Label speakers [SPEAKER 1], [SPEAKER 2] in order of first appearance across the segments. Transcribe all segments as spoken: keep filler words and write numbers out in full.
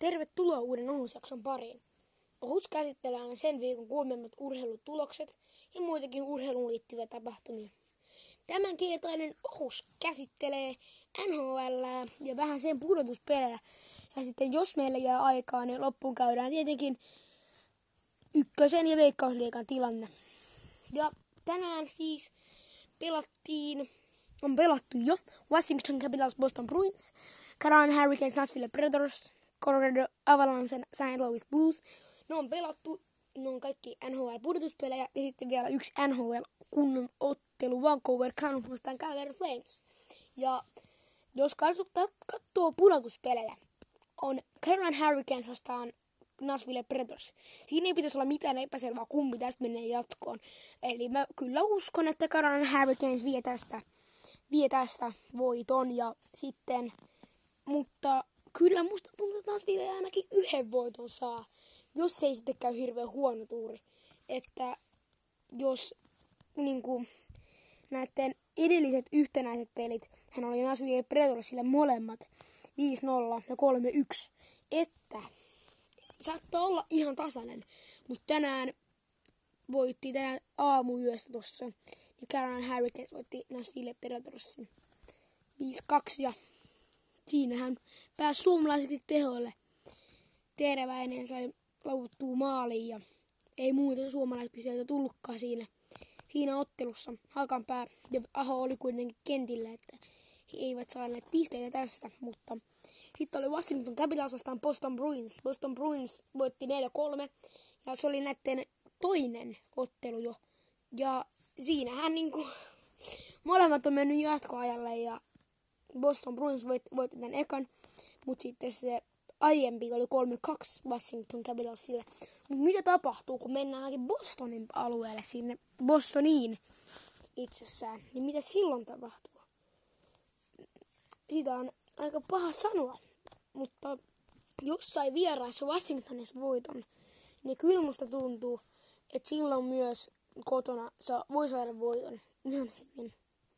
[SPEAKER 1] Tervetuloa uuden Ohusjakson pariin. Ohus käsittelee aina sen viikon kuumemmat urheilutulokset ja muitakin urheiluun liittyviä tapahtumia. Tämänkertainen Ohus käsittelee N H L ja vähän sen pudotuspelejä. Ja sitten jos meillä jää aikaa, niin loppuun käydään tietenkin ykkösen ja veikkausliigan tilanne. Ja tänään siis pelattiin, on pelattu jo Washington Capitals, Boston Bruins, Carolina Hurricanes, Nashville Predators, Colorado Avalanche, Saint Louis Blues. Ne on pelattu, ne on kaikki N H L-pudotuspelejä ja sitten vielä yksi N H L-kunnon ottelu Vancouver Canucks vastaan Calgary Flames. Ja jos katsoo pudotuspelejä, on Carolina Hurricanes vastaan Nashville Predators. Siinä ei pitäisi olla mitään epäselvää, kumpi tästä menee jatkoon. Eli mä kyllä uskon, että Carolina Hurricanes vie tästä, vie tästä voiton. Ja sitten, mutta kyllä musta tuntuu, että Nashville ainakin yhden voiton saa, jos ei sitten käy hirveän huono tuuri. Että jos niin kuin, näiden edelliset yhtenäiset pelit, hän oli Nashville Predatorsille molemmat viisi nolla ja kolme yksi, että saattaa olla ihan tasainen, mutta tänään voitti tänään aamuyöstä tossa, niin Carolina Hurricanes voitti Nashville Predatorsin viisi kaksi ja siinähän pääsi suomalaiseksi tehoille. Terväinen sai lauttua maaliin ja ei muuta suomalaispisteitä tullutkaan siinä, siinä ottelussa. Hakanpää ja Aho oli kuitenkin kentillä, että he eivät saaneet pisteitä tästä, mutta sitten oli Washington Capitals vastaan Boston Bruins. Boston Bruins voitti neljä kolme ja se oli näiden toinen ottelu jo. Ja siinähän niinku molemmat on mennyt jatkoajalle ja Boston Bruins voitti, voitti tämän ekan, mutta sitten se aiempi oli kolme kaksi Washington Capitalsille. Mutta mitä tapahtuu, kun mennään Bostonin alueelle sinne Bostoniin itsessään, niin mitä silloin tapahtuu? Sitä on aika paha sanoa, mutta jossain vieraissa Washingtonissa voiton, niin kyllä musta tuntuu, että silloin myös kotona saa, voi saada voiton ihan hyvin.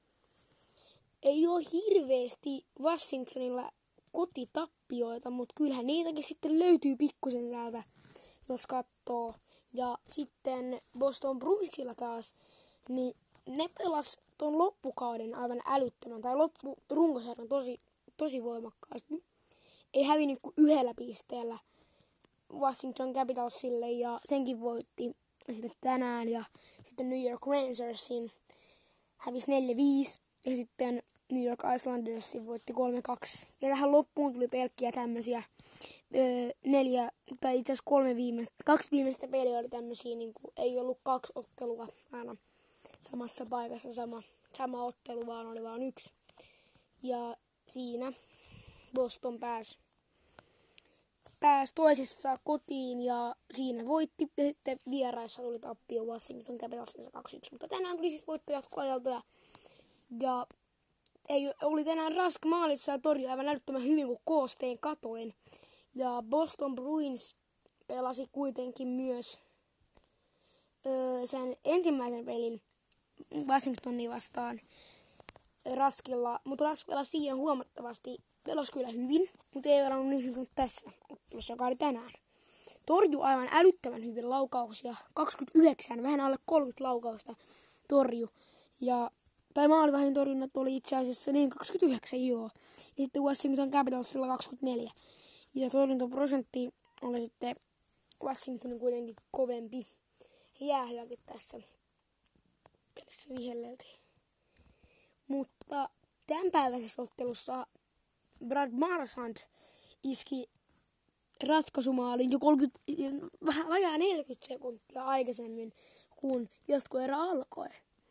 [SPEAKER 1] Ei ole hirveästi Washingtonilla kotitappioita, mutta kyllähän niitäkin sitten löytyy pikkusen täältä, jos katsoo. Ja sitten Boston Bruinsilla taas, niin ne pelas ton loppukauden aivan älyttömän, tai loppu runkosarjan tosi, tosi voimakkaasti. Ei hävinnyt kuin yhdellä pisteellä Washington Capitalsille ja senkin voitti sitten tänään. Ja sitten New York Rangersin hävisi neljä viisi ja sitten New York Islandersin voitti kolme kaksi. Ja tähän loppuun tuli pelkkiä tämmösiä öö, neljä, tai itse asiassa kolme viimeistä, kaksi viimeistä peliä oli tämmösiä, niin kuin ei ollut kaksi ottelua aina samassa paikassa sama, sama ottelu, vaan oli vaan yksi. Ja siinä Boston pääsi pääs toisessa kotiin ja siinä voitti. Ja sitten vieraissa tuli tappio Washington Capitalsissa kaksi yksi. Mutta tänään tuli siis voitto jatkoajalta ja, ja ei, oli tänään Rask maalissa ja torjui aivan älyttömän hyvin, kun koosteen katoin. Ja Boston Bruins pelasi kuitenkin myös öö, sen ensimmäisen pelin Washingtonia vastaan Raskilla, mutta Rask pelasi siinä huomattavasti, pelasi kyllä hyvin, mutta ei pelannut niin hyvin kuin tässä ottelussa, joka oli tänään. Torjui aivan älyttömän hyvin laukauksia, kaksikymmentäyhdeksän, vähän alle kolmekymmentä laukausta torjui. Ja, tai maalivahdin torjunnat oli itse asiassa niin kaksikymmentäyhdeksän, joo. Ja sitten Washington Capitalsilla kaksikymmentäneljä. Ja torjuntaprosentti oli sitten Washingtonin kuitenkin kovempi. Jäähyäkin tässä pelissä vihelleltiin. Mutta tämänpäiväisessä ottelussa Brad Marchand iski ratkaisumaalin jo kolmekymmentä, vähän vajaa neljäkymmentä sekuntia aikaisemmin, kun jatkoerä alkoi.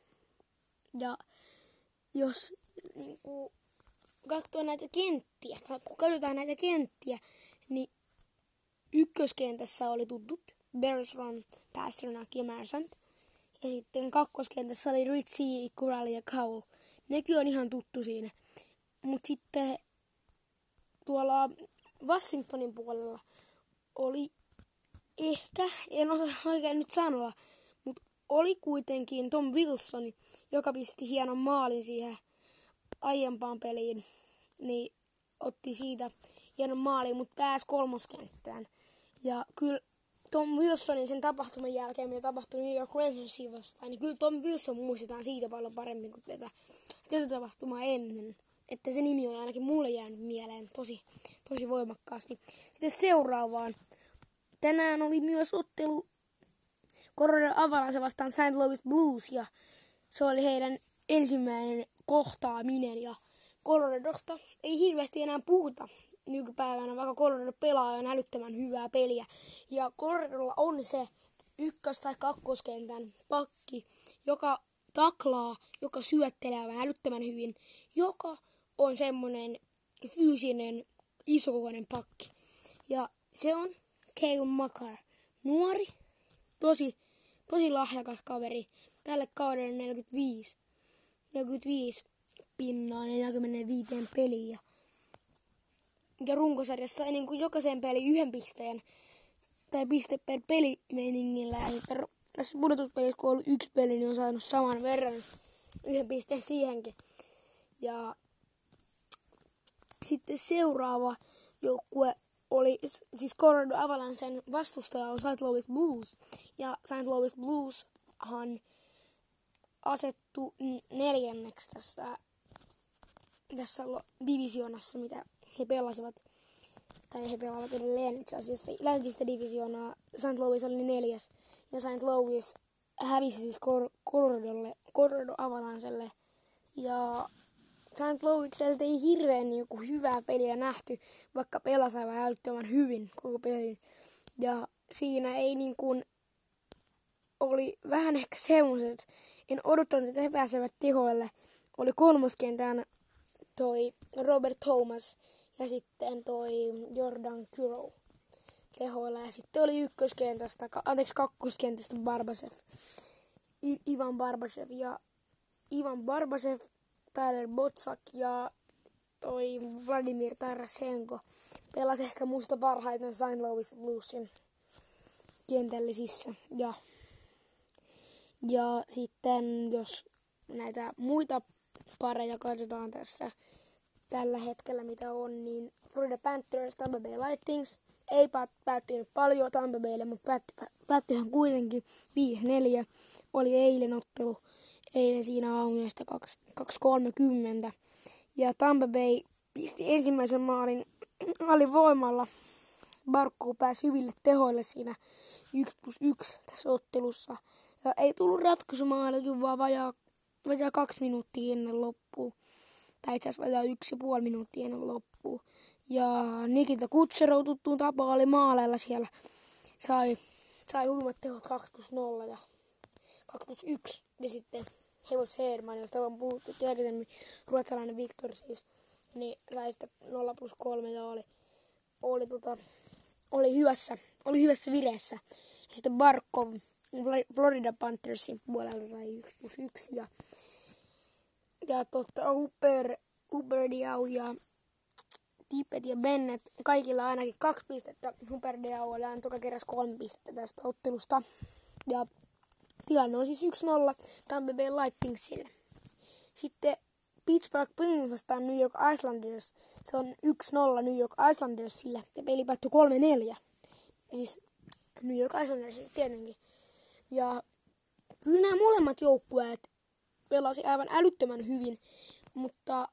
[SPEAKER 1] Ja jos niin kun katsoo näitä kenttiä, kun katsotaan näitä kenttiä, niin ykköskentässä oli tutut Bergeron, Pastrnak ja Marchand. Ja sitten kakkoskentässä oli Ritchie, Corral ja Cowell. Nekin on ihan tuttu siinä. Mutta sitten tuolla Washingtonin puolella oli ehkä, en osaa oikein nyt sanoa, mutta oli kuitenkin Tom Wilson, joka pisti hienon maalin siihen aiempaan peliin. Niin otti siitä hienon maaliin, mutta pääsi kolmoskenttään. Ja kyllä Tom Wilsonin sen tapahtuman jälkeen, mitä tapahtui New York Rangersia vastaan, niin kyllä Tom Wilson muistetaan siitä paljon paremmin kuin tätä, tätä tapahtumaa ennen. Että se nimi on ainakin mulle jäänyt mieleen tosi, tosi voimakkaasti. Sitten seuraavaan. Tänään oli myös ottelu Colorado Avalanche vastaan Saint Louis Blues, ja se oli heidän ensimmäinen kohtaaminen. Ja Coloradosta ei hirveästi enää puhuta nykypäivänä, vaikka Colorado pelaa on älyttömän hyvää peliä. Ja Coloradolla on se ykkös- tai kakkoskentän pakki, joka taklaa, joka syöttelee aivan älyttömän hyvin, joka on semmoinen fyysinen, isokokoinen pakki. Ja se on Cale Makar. Nuori, tosi, tosi lahjakas kaveri. Tälle kaudelle neljäkymmentäviisi, neljäkymmentäviisi pinnaa neljäkymmentäviisi peliä. Ja runkosarjassa niin kuin jokaisen peli yhden pisteen tai piste per peli meiningillä. Ja sitten tässä pudotuspelissä, kun on ollut yksi peli, niin on saanut saman verran yhden pisteen siihenkin. Ja sitten seuraava joukkue oli, siis Colorado Avalancen vastustaja on Saint Louis Blues. Ja Saint Louis Blueshan asettu neljänneksi tässä, tässä divisioonassa, mitä he pelasivat. Tai he pelaavat edelleen itse asiassa läntistä divisioonaa. Saint Louis oli neljäs. Ja Saint Louis hävisi siis Coloradolle, Colorado Avalancelle. Ja Saint Louiselta ei hirveän niin joku hyvää peliä nähty, vaikka pelasi aivan älyttömän hyvin koko pelin. Ja siinä ei niin kuin oli vähän ehkä semmoiset, en odottanut, että he pääsevät tehoille. Oli kolmoskentään toi Robert Thomas ja sitten toi Jordan Kyrou tehoilla. Ja sitten oli ykköskentästä, anteeksi kakkoskentästä Barbashev, I- Ivan Barbashev ja Ivan Barbashev, Tyler Botsak ja toi Vladimir Tarasenko pelasi ehkä musta parhaiten Saint Louis Bluesin kentällisissä. Ja, ja sitten jos näitä muita pareja katsotaan tässä tällä hetkellä mitä on, niin Florida Panthers, Tampa Bay Lightnings ei päättynyt paljon Tampa Baylle, mutta päättyi, päättyihän kuitenkin viisi neljä. Oli eilen ottelu. Eilen siinä aamuyöstä kaksi kolmekymmentä. Ja Tampa Bay pisti ensimmäisen maalin alivoimalla. Barkku pääsi hyville tehoille siinä yksi plus yksi tässä ottelussa. Ja ei tullut ratkaisumaalikin, vaan vajaa, vajaa kaksi minuuttia ennen loppua. Tai itse asiassa vajaa yksi ja puoli minuuttia ennen loppua. Ja Nikita Kutserov tuttuun tapaan oli maaleilla siellä. Sai, sai huimat tehot kaksi plus nolla ja kaksi plus yksi. Ja sitten Hevos Herman, josta on puhuttu aikaisemmin, ruotsalainen Viktor siis, niin sai sitten nolla plus kolme ja oli, oli, tota, oli, hyvässä, oli hyvässä vireessä. Ja sitten Barkov Florida Panthersin puolelta sai yksi plus yksi. Ja, ja tota, Huber, Huberdiau ja Tippett ja Bennett, kaikilla ainakin kaksi pistettä. Huberdiau oli aina toka kerras kolme pistettä tästä ottelusta. Ja tilanne on siis yksi nolla Tampa Bay Lightningsille. Sitten Pittsburgh Penguins vastaan New York Islanders. Se on yksi nolla New York Islandersille ja peli päättyi kolme neljä. Siis New York Islandersille tietenkin. Ja kyllä nämä molemmat joukkueet pelasi aivan älyttömän hyvin, mutta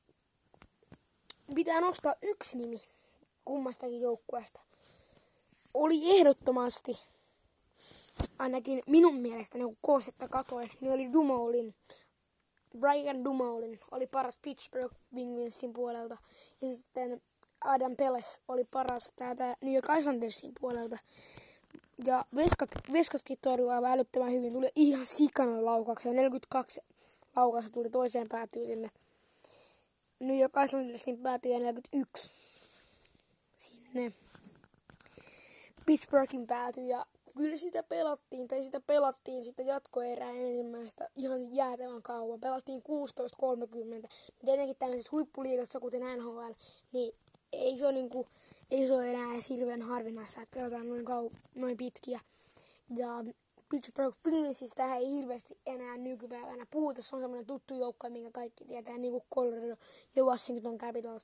[SPEAKER 1] pitää nostaa yksi nimi kummastakin joukkueesta. Oli ehdottomasti, ainakin minun mielestäni, kun koosetta katoin, niin oli Dumoulin. Brian Dumoulin oli paras Pittsburgh Penguinsin puolelta. Ja sitten Adam Pelech oli paras täältä New York Islandersin puolelta. Ja Veskaskin torjui aivan älyttömän hyvin. Tuli ihan sikana laukauksia. neljäkymmentäkaksi laukausta tuli toiseen päätyyn sinne. New York Islandersin päätyi neljäkymmentäyksi sinne Pittsburghin päätyi. Ja kyllä sitä pelattiin, tai sitä pelattiin sitten jatkoerää ensimmäistä ihan jäätävän kauan. Pelattiin kuusitoista kolmekymmentä. Tietenkin tämmöisessä huippuliigassa, kuten N H L, niin ei se ole, niin kuin, ei se ole enää edes hirveän harvinaista, että pelataan noin, kau- noin pitkiä. Ja Pittsburgh Penguinsista ei hirveästi enää nykypäivänä puhuta. Se on semmoinen tuttu joukko, minkä kaikki tietää, niin kuin Colorado ja Washington Capitals.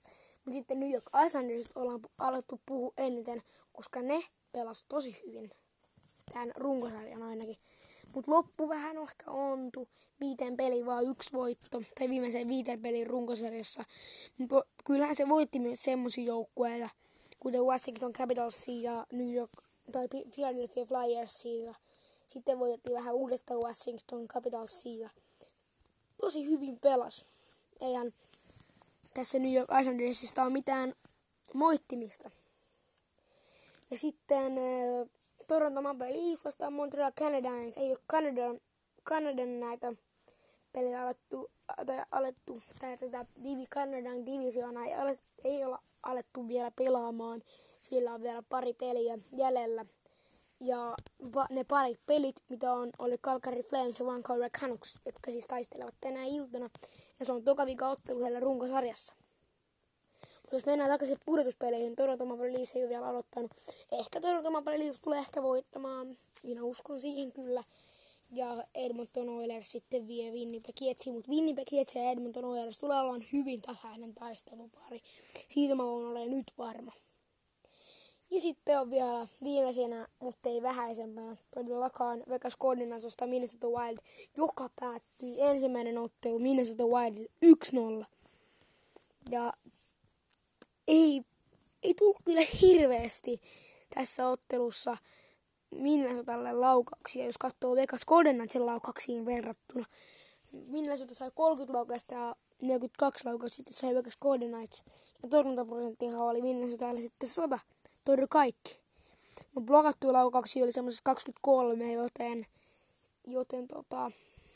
[SPEAKER 1] Mutta sitten New York Islandersista ollaan alettu puhua eniten, koska ne pelasi tosi hyvin. Tämän runkosarjan ainakin. Mutta loppu vähän ehkä ontu. Viiteen peliin vaan yksi voitto. Tai viimeiseen viiteen pelin runkosarjassa. Mutta kyllähän se voitti myös semmoisia joukkueita, kuten Washington Capitalsia ja New York tai Philadelphia Flyersia. Sitten voitti vähän uudestaan Washington Capitalsia. Tosi hyvin pelas. Eihän tässä New York Islandersista ole mitään moittimista. Ja sitten äh, Toronto Maple Leafs vastaan Montreal Canadiens. Ei ole Kanadan, Kanadan näitä pelejä alettu, tai alettu tai tätä divi, Kanadan divisioonaa ei, alet, ei olla alettu vielä pelaamaan. Sillä on vielä pari peliä jäljellä. Ja pa, ne pari pelit, mitä on, oli Calgary Flames ja Vancouver Canucks, jotka siis taistelevat tänä iltana. Ja se on toka vika ottelu siellä runkosarjassa. Mutta jos mennään takaisin pudotuspeleihin, Toronto Maple Leafs ei ole vielä aloittanut. Ehkä Toronto Maple Leafs tulee ehkä voittamaan. Minä uskon siihen kyllä. Ja Edmonton Oilers sitten vie Winnipeg Jetsia. Mutta Winnipeg Jets ja Edmonton Oilers tulee olemaan hyvin tasainen taistelupari. Siitä mä voin olla nyt varma. Ja sitten on vielä viimeisenä, mutta ei vähäisempänä, todellakaan Vegas Golden Knights Minnesota Wild, joka päättyi ensimmäinen ottelu Minnesota Wild yksi nolla. Ja ei, ei tullut kyllä hirveästi tässä ottelussa Minnesotalle laukauksia, jos katsoo Vegas Golden Knightsin laukauksiin verrattuna. Minnesota sai kolmekymmentä laukausta ja neljäkymmentäkaksi laukausta, sitten sai Vegas Golden Knights. Ja torjuntaprosenttihan oli Minnesotalle sitten sata. Torjui kaikki. No blokattuja laukauksia oli semmoisessa kaksikymmentäkolme, joten, joten tota,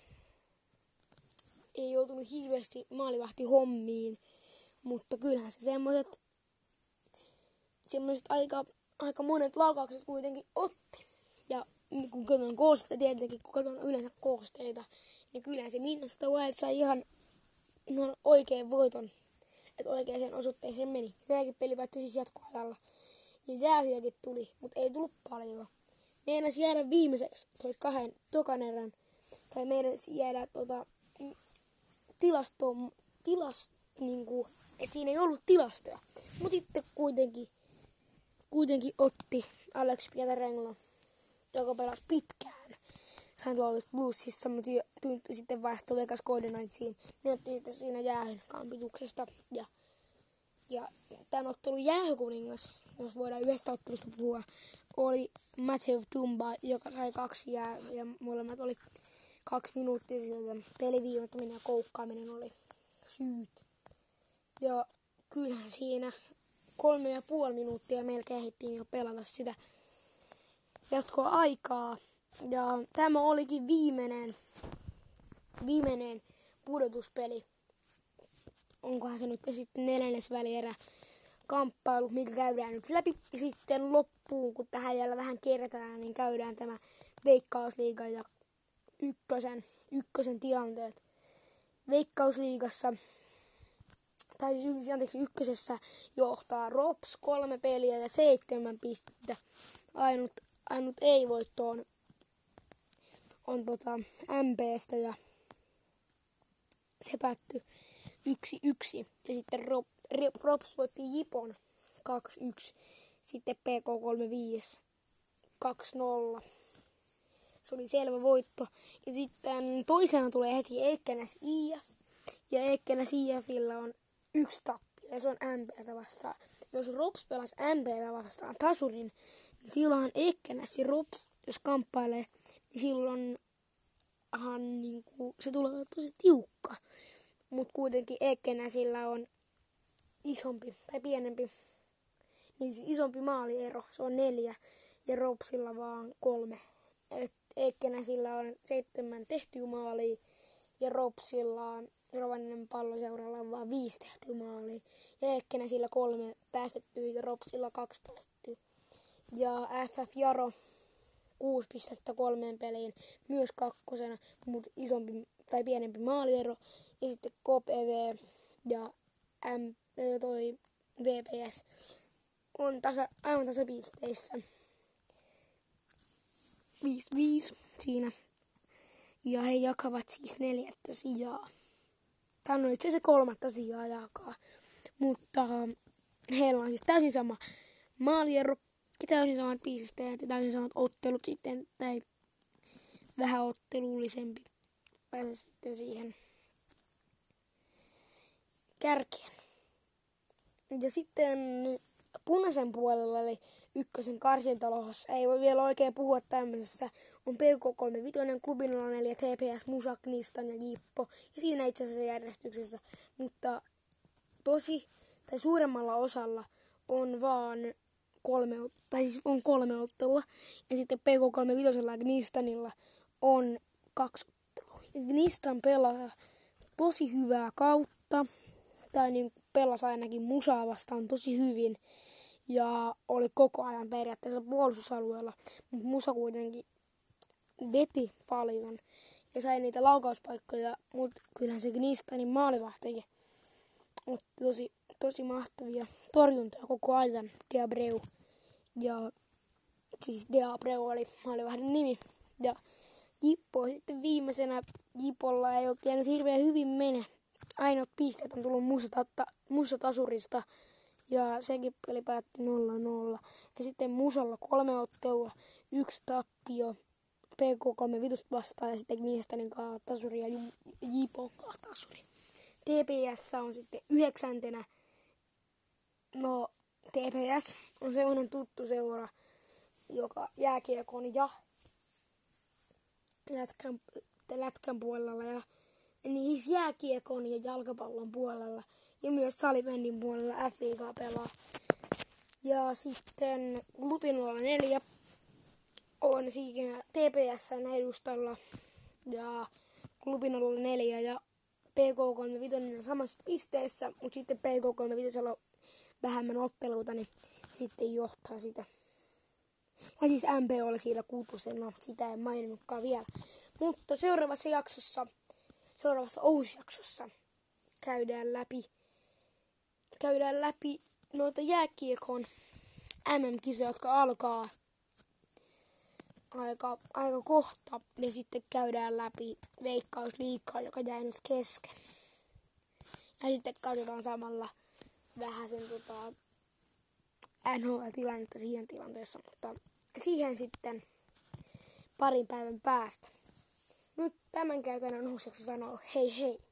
[SPEAKER 1] ei joutunut hirveästi maalivahti hommiin. Mutta kyllähän se semmoiset, semmoiset aika, aika monet laukaukset kuitenkin otti. Ja kun katson koosteita, tietenkin kun katson yleensä koosteita, niin kyllähän se Minnesota Wild sai ihan, ihan oikein voiton. Että oikeaan osoitteeseen meni. Tämäkin peli päättyi siis jatkoajalla. Ja jäähyjäkin tuli, mutta ei tullut paljon. Meinas jäädä viimeiseksi toi kahden tokan erän. Tai meinas jäädä tota, tilastoon, tilast, niinku, että siinä ei ollut tilastoja. Mutta sitten kuitenkin, kuitenkin otti Alex Pietarenglo, joka pelasi pitkään Saint Louis Bluesissa, mutta sitten vaihtoi Vegas Golden Knightsiin. Ne otti sitten siinä jäähyn kampituksesta. Ja, ja tämän ottelun jäähykuningas, jos voidaan yhdestä ottelusta puhua, oli Matthew Tumba, joka sai kaksi jäähyä ja molemmat oli kaksi minuuttia sieltä. Peliviimettä ja koukkaaminen oli syyt. Ja kyllähän siinä kolme ja puoli minuuttia melkein ehdittiin jo pelata sitä jatkoa aikaa. Ja tämä olikin viimeinen, viimeinen pudotuspeli. Onkohan se nyt sitten neljännes välierä kamppailu, mikä käydään nyt läpi. Ja sitten loppuun, kun tähän vielä vähän kerätään, niin käydään tämä Veikkausliiga ja ykkösen, ykkösen tilanteet. Veikkausliigassa, tai siis anteeksi, ykkösessä johtaa Rops kolme peliä ja seitsemän pistettä. Ainut, ainut ei-voitto on, on tota M P:stä ja se päättyi yksi yksi. Ja sitten Rob, Rops voitti Jipon kaksi yksi. Sitten P K kolmekymmentäviisi kaksi nolla. Se oli selvä voitto. Ja sitten toisena tulee heti Eikkenäs I F. Ja Eikkenäs I F:llä on yksi tappio. Ja se on M P:tä vastaan. Jos Rops pelasi M P:tä vastaan tasurin, niin silloin Eikkenäs ja Rops, jos kamppailee, niin silloin niinku, se tulee tosi tiukka. Mutta kuitenkin Eikkenäsillä on isompi tai pienempi, niin isompi maaliero, se on neljä ja Ropsilla vaan kolme. Et Eikkenäsillä on seitsemän tehtyä maalia ja Ropsilla on Rovaniemen Palloseuralla on vaan viisi tehtyä maalia. Ja Eikkenäsillä kolme päästettyä ja Ropsilla kaksi päästettyä. Ja F F Jaro kuusi pistettä kolmeen peliin, myös kakkosena, mutta isompi tai pienempi maaliero. Ja sitten K P V ja M, toi V P S on tasa, aivan tasapisteissä. viisi viisi siinä. Ja he jakavat siis neljättä sijaa. Tämä on itse asiassa kolmatta sijaa jakaa. Mutta heillä on siis täysin sama maaliero, täysin samat pisteet ja täysin samat ottelut sitten, tai vähän ottelullisempi pääse sitten siihen kärkeen. Ja sitten punaisen puolella, eli ykkösen karsintalohassa, ei voi vielä oikein puhua tämmöisessä, on P K kolmekymmentäviisi, Klubi nolla neljä, T P S, Musa, Knistan ja Jippo. Ja siinä itse asiassa järjestyksessä, mutta tosi, tai suuremmalla osalla on vaan kolme, tai siis on kolme ottelua. Ja sitten P K kolmekymmentäviisi ja Knistanilla on kaksi ottelua. Ja Knistan pelaa tosi hyvää kautta, tai niin pelasi ainakin Musaa vastaan tosi hyvin. Ja oli koko ajan periaatteessa puolustusalueella, mutta Musa kuitenkin veti paljon ja sai niitä laukauspaikkoja, mutta kyllähän se Knistanin maalivahtikin otti tosi, tosi mahtavia torjuntoja koko ajan. Deabreu ja siis Deabreu oli maalivahdin nimi. Ja Jippo sitten viimeisenä. Jipolla ei oikein hirveän hyvin mene. Ainoat pisteet on tullut Musa-tasurista. Ja sekin peli päättyi nolla nolla. Ja sitten Musalla kolme ottelua, yksi tappio, P K kolmekymmentäviisi vastaan ja sitten Knistanin kanssa tasuri ja Jipon kanssa tasuri. T P S on sitten yhdeksäntenä. No, T P S on sellainen tuttu seura, joka jääkiekon ja lätkän, lätkän puolella ja niin jääkiekon ja jalkapallon puolella. Ja myös salibändin puolella F liigaa pelaa. Ja sitten Klubi nolla neljä on siinä T P S:n edustalla. Ja Klubi nolla neljä ja P K kolmekymmentäviisi on samassa pisteessä. Mutta sitten P K kolmekymmentäviisi on vähemmän otteluita, niin sitten johtaa sitä. Ja siis M P oli siellä kuutosena, sitä en maininnutkaan vielä. Mutta seuraavassa jaksossa, seuraavassa Ousjaksossa käydään läpi käydään läpi noita jääkiekon M M-kisoja, jotka alkaa aika, aika kohta. Ja sitten käydään läpi Veikkausliigaa, joka jäi nyt kesken. Ja sitten katsotaan samalla vähän sen tota, N H L-tilannetta siihen tilanteessa, mutta siihen sitten parin päivän päästä. Nyt tämän käytännön Ousjakso sanoo hei hei!